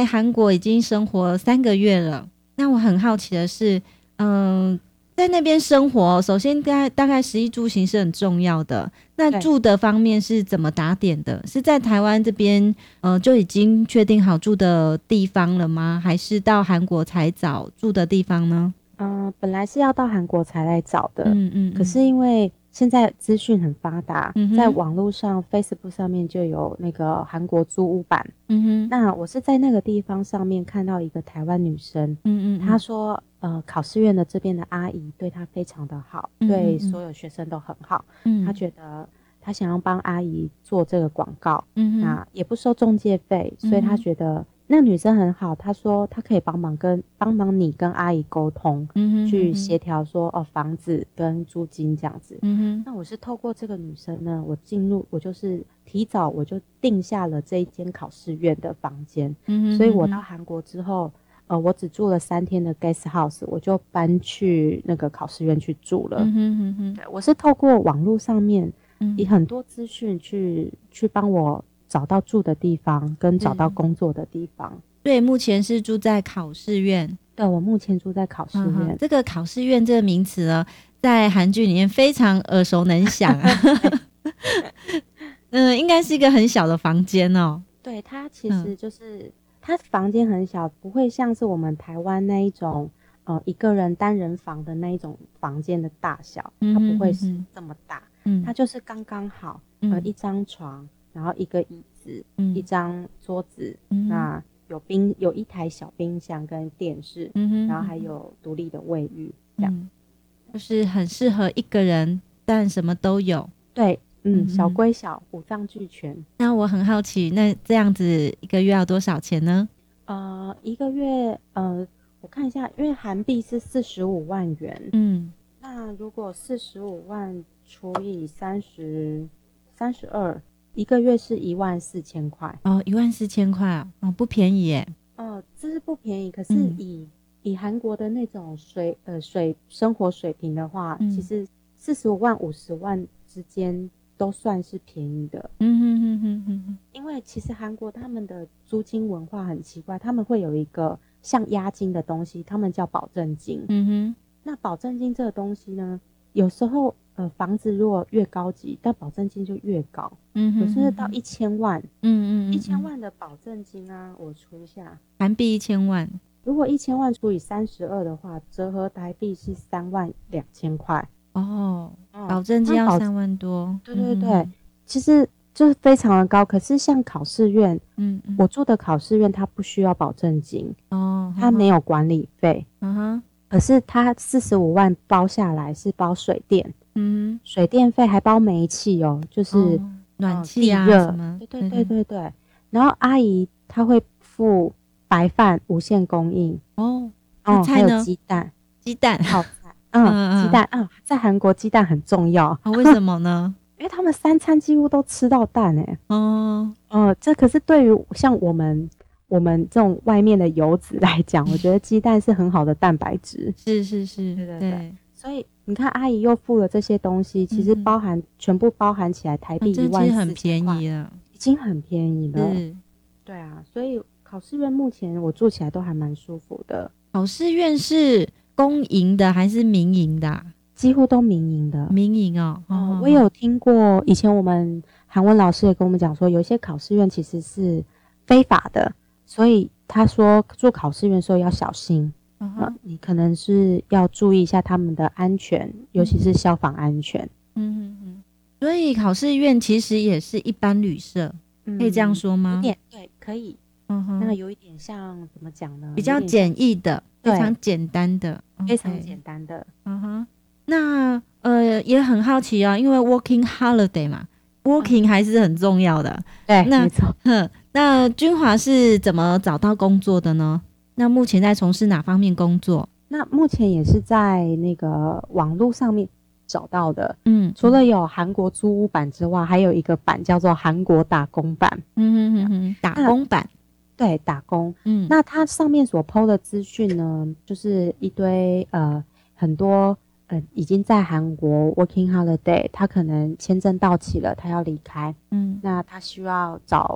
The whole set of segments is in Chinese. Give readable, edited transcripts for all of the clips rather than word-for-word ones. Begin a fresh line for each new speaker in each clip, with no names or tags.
韩国已经生活3个月了，那我很好奇的是，在那边生活，首先大概食衣住行是很重要的。那住的方面是怎么打点的？是在台湾这边就已经确定好住的地方了吗？还是到韩国才找住的地方呢？
本来是要到韩国才来找的，可是因为现在资讯很发达，在网络上 Facebook 上面就有那个韩国租屋版，那我是在那个地方上面看到一个台湾女生，她说考试院的这边的阿姨对她非常的好，对所有学生都很好，她觉得她想要帮阿姨做这个广告，那也不收中介费，所以她觉得那个女生很好，她说她可以帮忙你跟阿姨沟通，去协调说房子跟租金这样子。那我是透过这个女生呢，我就是提早我就定下了这一间考试院的房间，所以我到韩国之后，我只住了3天的 guest house， 我就搬去那个考试院去住了。对，我是透过网络上面以很多资讯去帮我找到住的地方跟找到工作的地方。
对，目前是住在考试院。
对，我目前住在考试院。
这个考试院这个名词呢，在韩剧里面非常耳熟能详应该是一个很小的房间哦。
对，它其实就是它房间很小，不会像是我们台湾那一种一个人单人房的那一种房间的大小，它不会是这么大，它就是刚刚好，一张床，然后一个椅子，一张桌子，那有一台小冰箱跟电视，然后还有独立的卫浴，这样，
就是很适合一个人，但什么都有。
对，小归小，五脏俱全。
那我很好奇，那这样子一个月要多少钱呢？
一个月，我看一下，因为韩币是45万元，那如果45万除以32，一个月是14000块。
14000块哦，不便宜耶。
这是不便宜，可是以韩国的那种生活水平的话，其实45万50万之间都算是便宜的。因为其实韩国他们的租金文化很奇怪，他们会有一个像押金的东西，他们叫保证金。那保证金这个东西呢，有时候房子如果越高级，但保证金就越高，有时候到1000万。1000万的保证金啊，我除一下，
韩币1000万，
如果1000万除以32的话，折合台币是32000块。
保证金要3万多。
对，其实就是非常的高。可是像考试院，我住的考试院它不需要保证金，它没有管理费，可是它45万包下来是包水电，水电费还包煤气哦，就是
暖气啊什么，
对。然后阿姨她会付白饭无限供应还有鸡蛋泡菜，鸡蛋在韩国鸡蛋很重要
为什么呢？
因为他们3餐几乎都吃到蛋这可是对于像我们这种外面的游子来讲，我觉得鸡蛋是很好的蛋白质。
是，
对。所以你看，阿姨又付了这些东西，其实全部包含起来台币14000块，
这其实很便宜了，
已经很便宜了。对啊，所以考试院目前我住起来都还蛮舒服的。
考试院是公营的还是民营的
几乎都民营的。
民营
我也有听过，以前我们韩文老师也跟我们讲说，有一些考试院其实是非法的，所以他说住考试院的时候要小心。你可能是要注意一下他们的安全，尤其是消防安全。
所以考试院其实也是一般旅社，可以这样说吗？
对，可以。那有一点像怎么讲呢？
比较简易的，非常简单的，
非常简单的。
那也很好奇因为 working holiday 嘛，working 还是很重要的。
对，没错。
那君华是怎么找到工作的呢？那目前在从事哪方面工作？
那目前也是在那个网络上面找到的。除了有韩国租屋版之外，还有一个版叫做韩国打工版。
打工版。
对，打工。那它上面所 po 的资讯呢，就是一堆很多已经在韩国 working holiday，他可能签证到期了，他要离开。那他需要找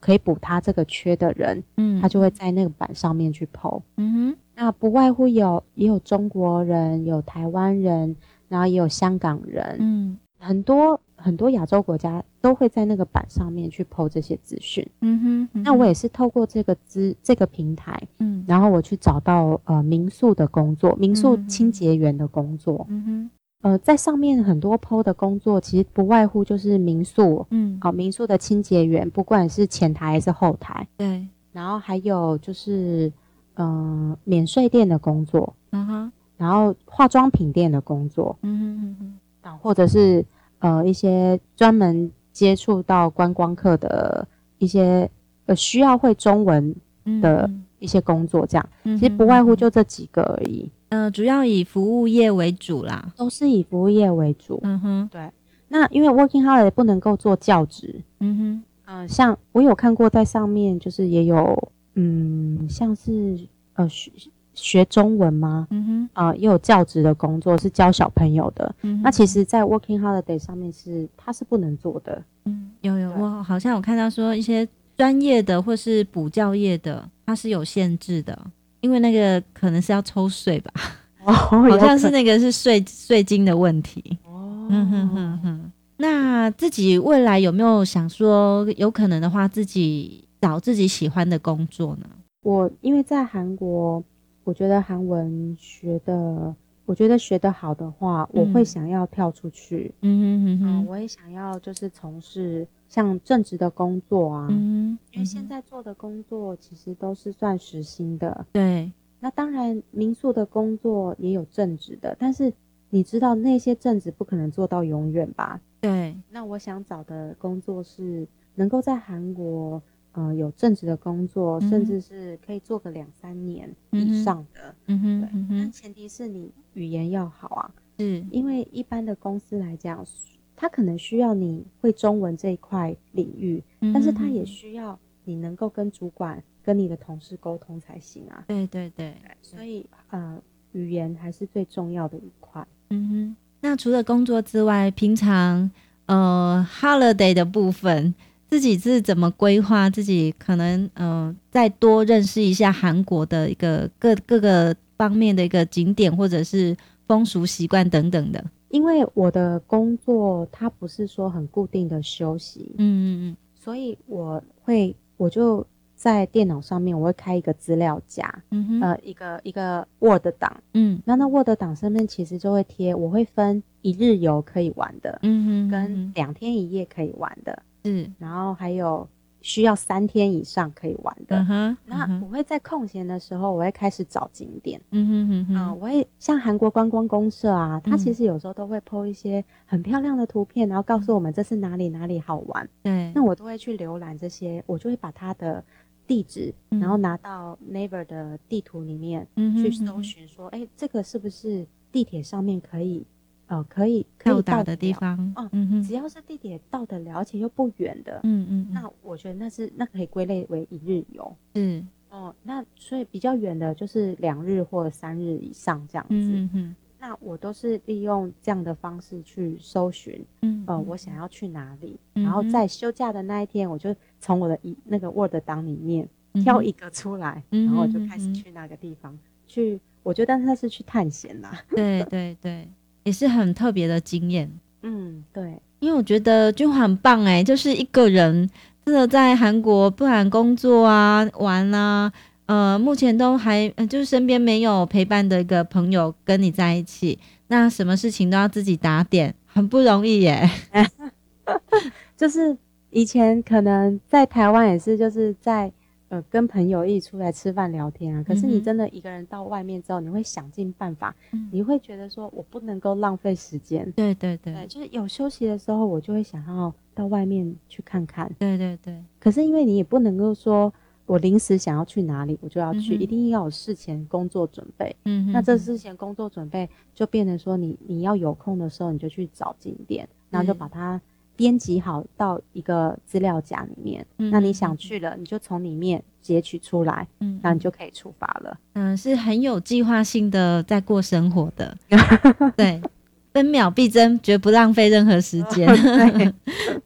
可以补他这个缺的人，他就会在那个版上面去 po。那不外乎也有中国人，有台湾人，然后也有香港人，很多亚洲国家都会在那个版上面去 po 这些资讯。那我也是透过这个平台，然后我去找到民宿的工作，民宿清洁员的工作。在上面很多 po 的工作，其实不外乎就是民宿，民宿的清洁员，不管是前台还是后台，
对，
然后还有就是免税店的工作，然后化妆品店的工作，或者是一些专门接触到观光客的一些需要会中文的一些工作，这样，其实不外乎就这几个而已。
主要以服务业为主啦，
都是以服务业为主。对。那因为 Working Holiday 不能够做教职，像我有看过在上面，就是也有像是学中文吗？也有教职的工作，是教小朋友的。那其实，在 Working Holiday 上面它是不能做的。
有，我好像有看到说一些专业的或是补教业的，它是有限制的。因为那个可能是要抽税吧，好像是那个是税金的问题。那自己未来有没有想说，有可能的话，自己找自己喜欢的工作呢？
我因为在韩国，我觉得韩文学得好的话，我会想要跳出去。我也想要就是从事像正职的工作啊，因为现在做的工作其实都是算时薪的。
对，
那当然民宿的工作也有正职的，但是你知道那些正职不可能做到永远吧？
对。
那我想找的工作是能够在韩国有正职的工作，甚至是可以做个2-3年以上的。对，但前提是你语言要好啊。因为一般的公司来讲，他可能需要你会中文这一块领域，但是他也需要你能够跟主管跟你的同事沟通才行啊。
对，
所以语言还是最重要的一块。
那除了工作之外，平常holiday 的部分，自己是怎么规划？自己可能再多认识一下韩国的一个各个方面的一个景点，或者是风俗习惯等等的。
因为我的工作它不是说很固定的休息，所以我就在电脑上面我会开一个资料夹，一个 Word 档，那 Word 档上面其实就会贴，我会分1日游可以玩的，跟2天1夜可以玩的，然后还有需要3天以上可以玩的。那我会在空闲的时候，我会开始找景点。我会像韩国观光公社啊，它其实有时候都会 po 一些很漂亮的图片，然后告诉我们这是哪里哪里好玩。
对，
那我都会去浏览这些，我就会把它的地址，然后拿到 Naver 的地图里面去搜寻，说，这个是不是地铁上面可以
到达的地方？
只要是地铁到得了，而且又不远的，那我觉得那可以归类为1日游。那所以比较远的就是2日或者3日以上这样子。那我都是利用这样的方式去搜寻，我想要去哪里，然后在休假的那一天，我就从我的那个 Word 档里面挑一个出来，然后我就开始去那个地方去。我觉得那是去探险啦。
对，也是很特别的经验。
对，
因为我觉得就很棒就是一个人真的在韩国，不管工作啊、玩啊，目前都还就是身边没有陪伴的一个朋友跟你在一起，那什么事情都要自己打点，很不容易耶。
就是以前可能在台湾也是，就是在跟朋友一起出来吃饭聊天啊，可是你真的一个人到外面之后，你会想尽办法，你会觉得说我不能够浪费时间。
对，
就是有休息的时候，我就会想要到外面去看看。
对。
可是因为你也不能够说我临时想要去哪里我就要去，一定要有事前工作准备。那这事前工作准备就变成说你要有空的时候你就去找景点，然后就把它编辑好到一个资料夹里面。那你想去了，你就从里面截取出来，那你就可以出发了。
是很有计划性的在过生活的。对，分秒必争，绝不浪费任何时间。
对，可以。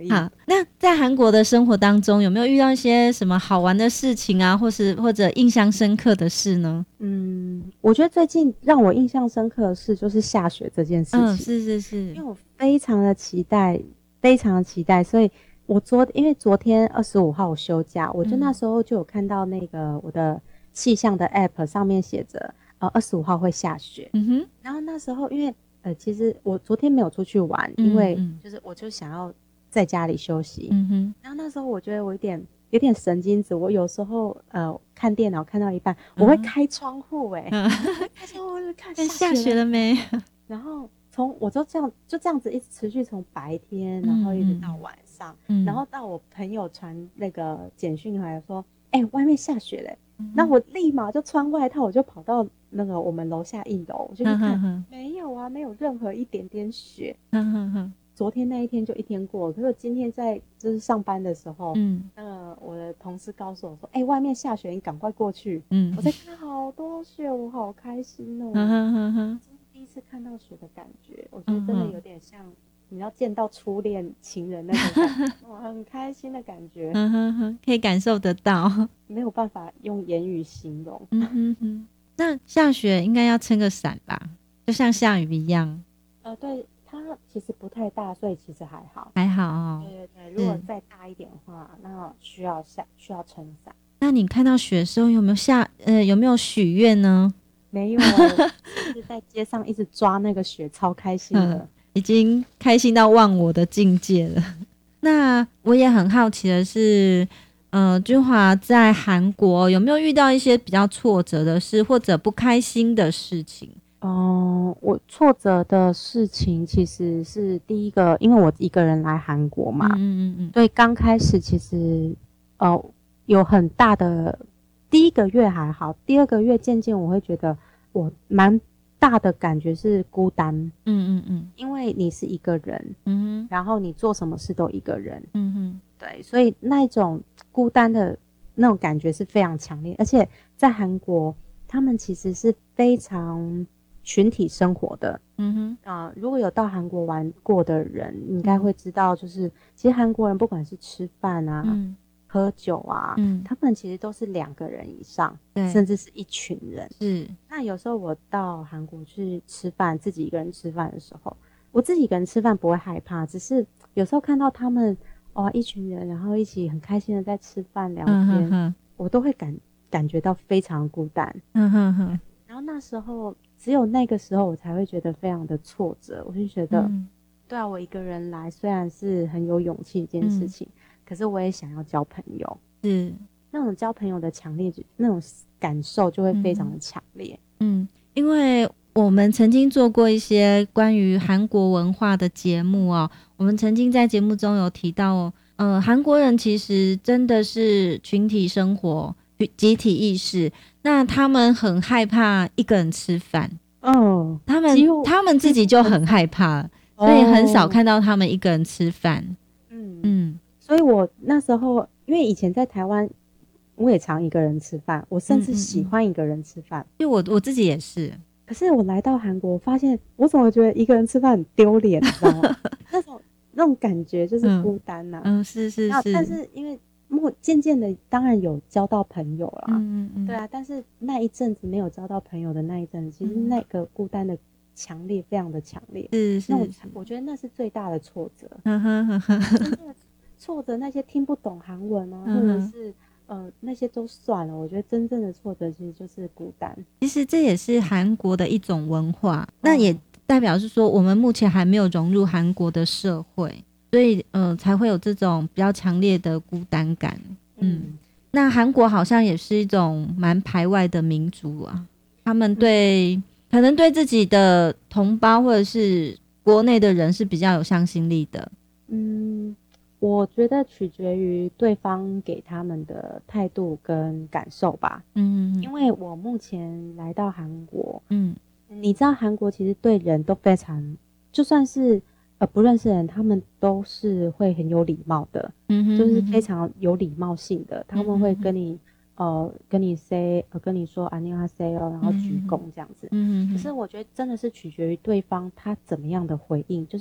以。
好，那在韩国的生活当中，有没有遇到一些什么好玩的事情啊，或者印象深刻的事呢？
我觉得最近让我印象深刻的事就是下雪这件事情。
是，
因为我非常的期待，非常的期待，所以因为昨天25号我休假，我就那时候就有看到那个我的气象的 app 上面写着25号会下雪。然后那时候因为其实我昨天没有出去玩，因为就是我就想要在家里休息。然后那时候我觉得我有点神经质，我有时候看电脑看到一半，我会开窗户开窗户就看
下雪了没？
然后我就这样子一直持续从白天，然后一直到晚上，然后到我朋友传那个简讯回来说，外面下雪嘞。那我立马就穿外套，我就跑到那个我们楼下1楼，我就去看，没有啊，没有任何一点点雪。昨天那一天就一天过了，可是我今天在就是上班的时候，我的同事告诉我说，外面下雪，你赶快过去。我在看好多雪，我好开心哦。第一次看到雪的感觉，我觉得真的有点像你要见到初恋情人那种感觉，很开心的感觉。
可以感受得到，
没有办法用言语形容。
那下雪应该要撑个伞吧，就像下雨一样。
对，它其实不太大，所以其实还好。
还好哦。
对，如果再大一点的话，那需要撑伞。
那你看到雪的时候有没有许愿呢？
没有，就是在街上一直抓那个雪，超开心的。
已经开心到忘我的境界了。那我也很好奇的是，君华在韩国有没有遇到一些比较挫折的事，或者不开心的事情？
我挫折的事情其实是第一个，因为我一个人来韩国嘛，对，刚开始其实有很大的，第1个月还好，第2个月渐渐我会觉得我蛮大的感觉是孤单。因为你是一个人，然后你做什么事都一个人，对，所以那种孤单的那种感觉是非常强烈。而且在韩国，他们其实是非常群体生活的。如果有到韩国玩过的人，你应该会知道，就是其实韩国人不管是吃饭啊，喝酒啊，他们其实都是2个人以上，甚至是一群人。那有时候我到韩国去吃饭，自己一个人吃饭的时候，我自己一个人吃饭不会害怕，只是有时候看到他们一群人，然后一起很开心的在吃饭聊天，我都会感觉到非常孤单。然后那时候只有那个时候我才会觉得非常的挫折，我就觉得，对啊，我一个人来虽然是很有勇气一件事情，可是我也想要交朋友。那种交朋友的强烈，那种感受就会非常的强烈。
因为我们曾经做过一些关于韩国文化的节目哦，我们曾经在节目中有提到韩国人其实真的是群体生活、集体意识，那他们很害怕一个人吃饭。他们自己就很害怕，所以很少看到他们一个人吃饭。
所以我那时候因为以前在台湾我也常一个人吃饭，我甚至喜欢一个人吃饭，
因为我自己也是。
可是我来到韩国发现我怎么觉得一个人吃饭很丢脸，你知道吗？那种感觉就是孤单啊。
是。
但是因为渐渐的当然有交到朋友啦，对啊，但是那一阵子没有交到朋友的那一阵子，其实那个孤单的强烈非常的强烈。那我觉得那是最大的挫折。真正的挫折，那些听不懂韩文啊，或者是那些都算了，我觉得真正的挫折其实就是孤单。
其实这也是韩国的一种文化，那也代表是说我们目前还没有融入韩国的社会，所以才会有这种比较强烈的孤单感。那韩国好像也是一种蛮排外的民族啊，他们可能对自己的同胞或者是国内的人是比较有向心力的。
我觉得取决于对方给他们的态度跟感受吧。因为我目前来到韩国，你知道韩国其实对人都非常，就算是不认识的人，他们都是会很有礼貌的，就是非常有礼貌性的，他们会跟你跟你说안녕하세요，然后鞠躬这样子。可是我觉得真的是取决于对方他怎么样的回应，就是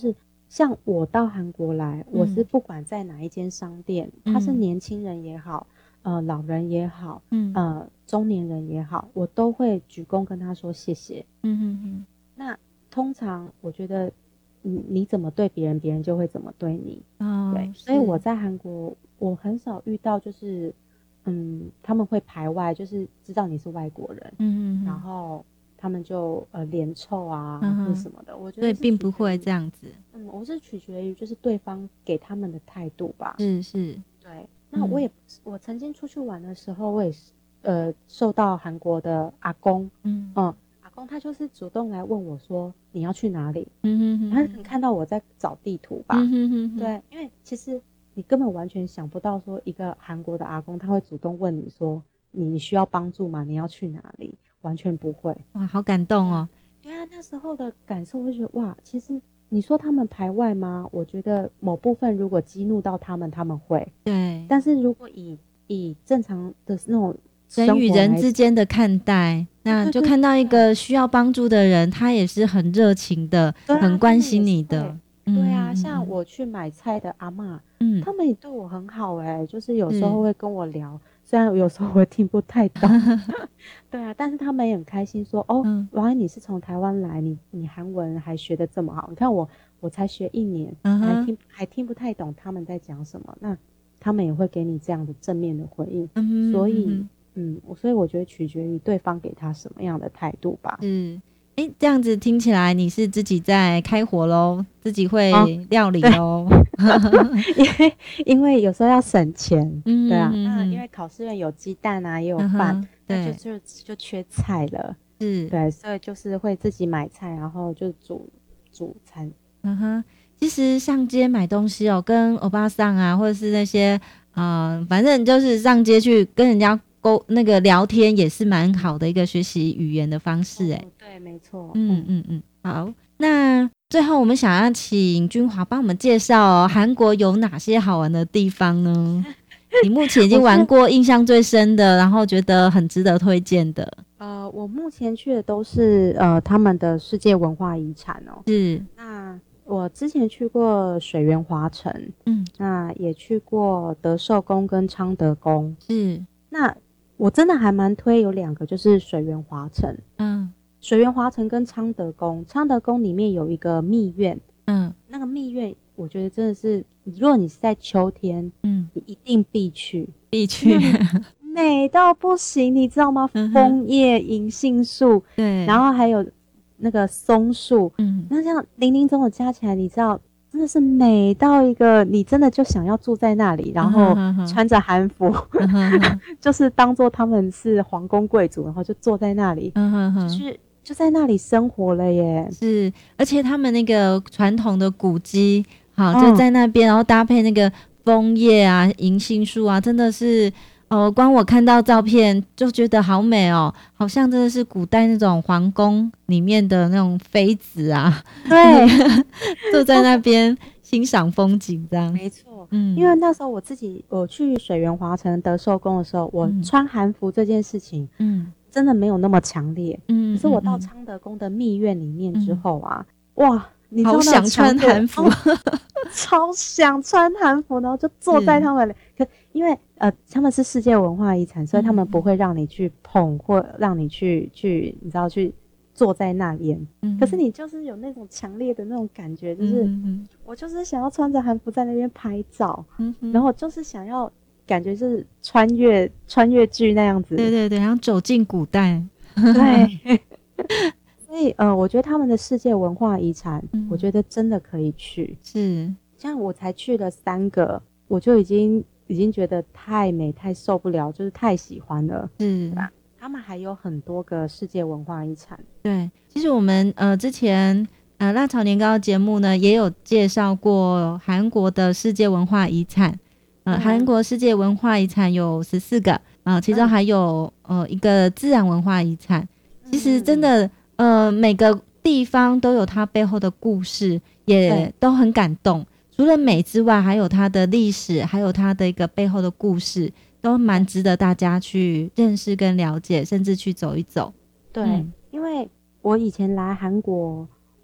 像我到韩国来，我是不管在哪一间商店，他是年轻人也好，老人也好，中年人也好，我都会鞠躬跟他说谢谢。那通常我觉得你怎么对别人，别人就会怎么对你。对，所以我在韩国我很少遇到就是他们会排外，就是知道你是外国人，然后他们就脸臭啊或者什么的，我觉得
对，并不会这样子。
我是取决于就是对方给他们的态度吧。
是，
对。那我曾经出去玩的时候，我也是受到韩国的阿公，阿公他就是主动来问我说你要去哪里，他可能看到我在找地图吧，对，因为其实你根本完全想不到说一个韩国的阿公他会主动问你说你需要帮助吗？你要去哪里？完全不会。
哇，好感动哦。
对啊，那时候的感受我就觉得哇，其实你说他们排外吗？我觉得某部分如果激怒到他们会，对，但是如果以正常的那种
人与人之间的看待，那就看到一个需要帮助的人，他也是很热情的，很关心你的。
对啊，像我去买菜的阿嬷，他们也对我很好就是有时候会跟我聊，虽然有时候我听不太懂，对啊，但是他们也很开心说原来你是从台湾来，你韩文还学得这么好，你看我才学1年，还听不太懂他们在讲什么，那他们也会给你这样的正面的回应，所以我觉得取决于对方给他什么样的态度吧。
这样子听起来你是自己在开火咯，自己会料理咯。
因为有时候要省钱，对啊，那因为考试院有鸡蛋啊也有饭，那就缺菜了，对，所以就是会自己买菜，然后就煮餐。
其实上街买东西跟欧巴桑啊或者是那些反正就是上街去跟人家那个聊天也是蛮好的一个学习语言的方式
对，没错。
好，那最后我们想要请君华帮我们介绍韩国有哪些好玩的地方呢？你目前已经玩过印象最深的，然后觉得很值得推荐的。
我目前去的都是他们的世界文化遗产那我之前去过水源华城，那也去过德寿宫跟昌德宫，那我真的还蛮推有2个，就是水源华城，水源华城跟昌德宫，昌德宫里面有一个密院，那个密院我觉得真的是，如果你是在秋天，你一定必去，美到不行，你知道吗？枫叶、银杏树，对，然后还有那个松树，那这样林林总总加起来，你知道真的是美到一个，你真的就想要住在那里，然后穿着韩服，就是当做他们是皇宫贵族，然后就坐在那里，就在那里生活了耶。
是，而且他们那个传统的古迹，好就在那边，然后搭配那个枫叶啊、银杏树啊，真的是。光我看到照片就觉得好美好像真的是古代那种皇宫里面的那种妃子啊，
对，
坐在那边欣赏风景这样。
没错，因为那时候我去水源华城德寿宫的时候，我穿韩服这件事情，真的没有那么强烈，可是我到昌德宫的密院里面之后啊，哇，你知道
好想穿韩服，
超想穿韩服，然后就坐在他们因为他们是世界文化遗产，所以他们不会让你去碰或让你去你知道去坐在那边，可是你就是有那种强烈的那种感觉，就是我就是想要穿着韩服在那边拍照，然后就是想要感觉是穿越剧那样子，
对，然后走进古代，
对。所以我觉得他们的世界文化遗产，我觉得真的可以去。像我才去了3个，我就已经觉得太美太受不了，就是太喜欢了。对吧？他们还有很多个世界文化遗产。
对，其实我们之前辣炒年糕节目呢也有介绍过韩国的世界文化遗产。韩国世界文化遗产有14个其中还有一个自然文化遗产。其实真的每个地方都有它背后的故事，也都很感动。除了美之外，还有它的历史，还有它的一个背后的故事，都蛮值得大家去认识跟了解，甚至去走一走。
对，因为我以前来韩国，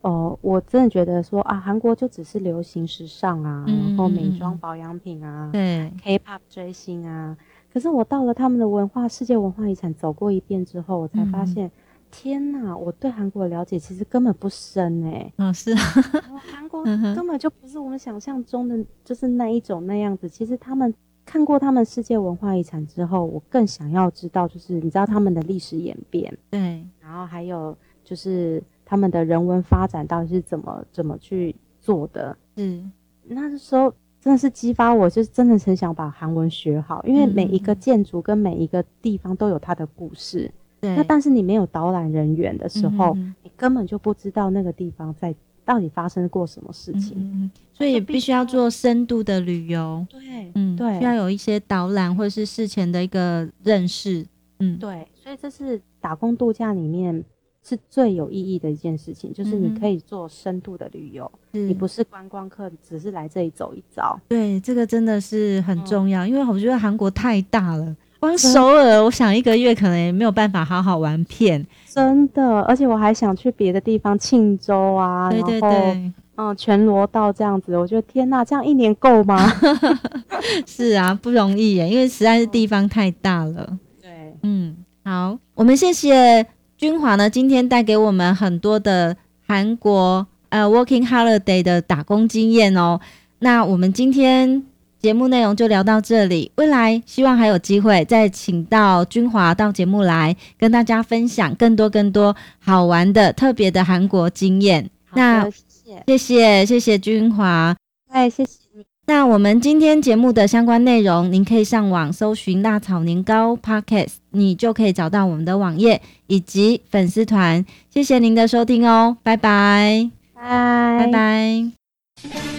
我真的觉得说啊，韩国就只是流行时尚啊，然后美妆保养品啊，
对
K-pop 追星啊。可是我到了他们的世界文化遗产走过一遍之后，我才发现，天哪，我对韩国的了解其实根本不深
是
韩国根本就不是我们想象中的，就是那一种那样子。其实他们看过他们世界文化遗产之后，我更想要知道，就是你知道他们的历史演变，
对，
然后还有就是他们的人文发展到底是怎么去做的。那时候真的是激发我，就是真的很想把韩文学好，因为每一个建筑跟每一个地方都有它的故事。那但是你没有导览人员的时候，你根本就不知道那个地方到底发生过什么事情。
所以必须要做深度的旅游。
对，
需要有一些导览或者是事前的一个认识。
对，所以这是打工度假里面是最有意义的一件事情，就是你可以做深度的旅游，你不是观光客，只是来这里走一遭。
对，这个真的是很重要，因为我觉得韩国太大了，光首尔我想1个月可能也没有办法好好玩遍。
真的，而且我还想去别的地方，庆州啊，
对对
对，全罗道这样子，我觉得天哪，这样1年够吗？
是啊，不容易耶，因为实在是地方太大了。
对，
好，我们谢谢君华呢，今天带给我们很多的韩国working holiday 的打工经验哦。那我们今天节目内容就聊到这里，未来希望还有机会再请到君华到节目来跟大家分享更多好玩的特别的韩国经验。那谢谢君华，
谢谢你。
那我们今天节目的相关内容，您可以上网搜寻辣炒年糕 Podcast， 你就可以找到我们的网页以及粉丝团。谢谢您的收听哦，拜拜，拜拜。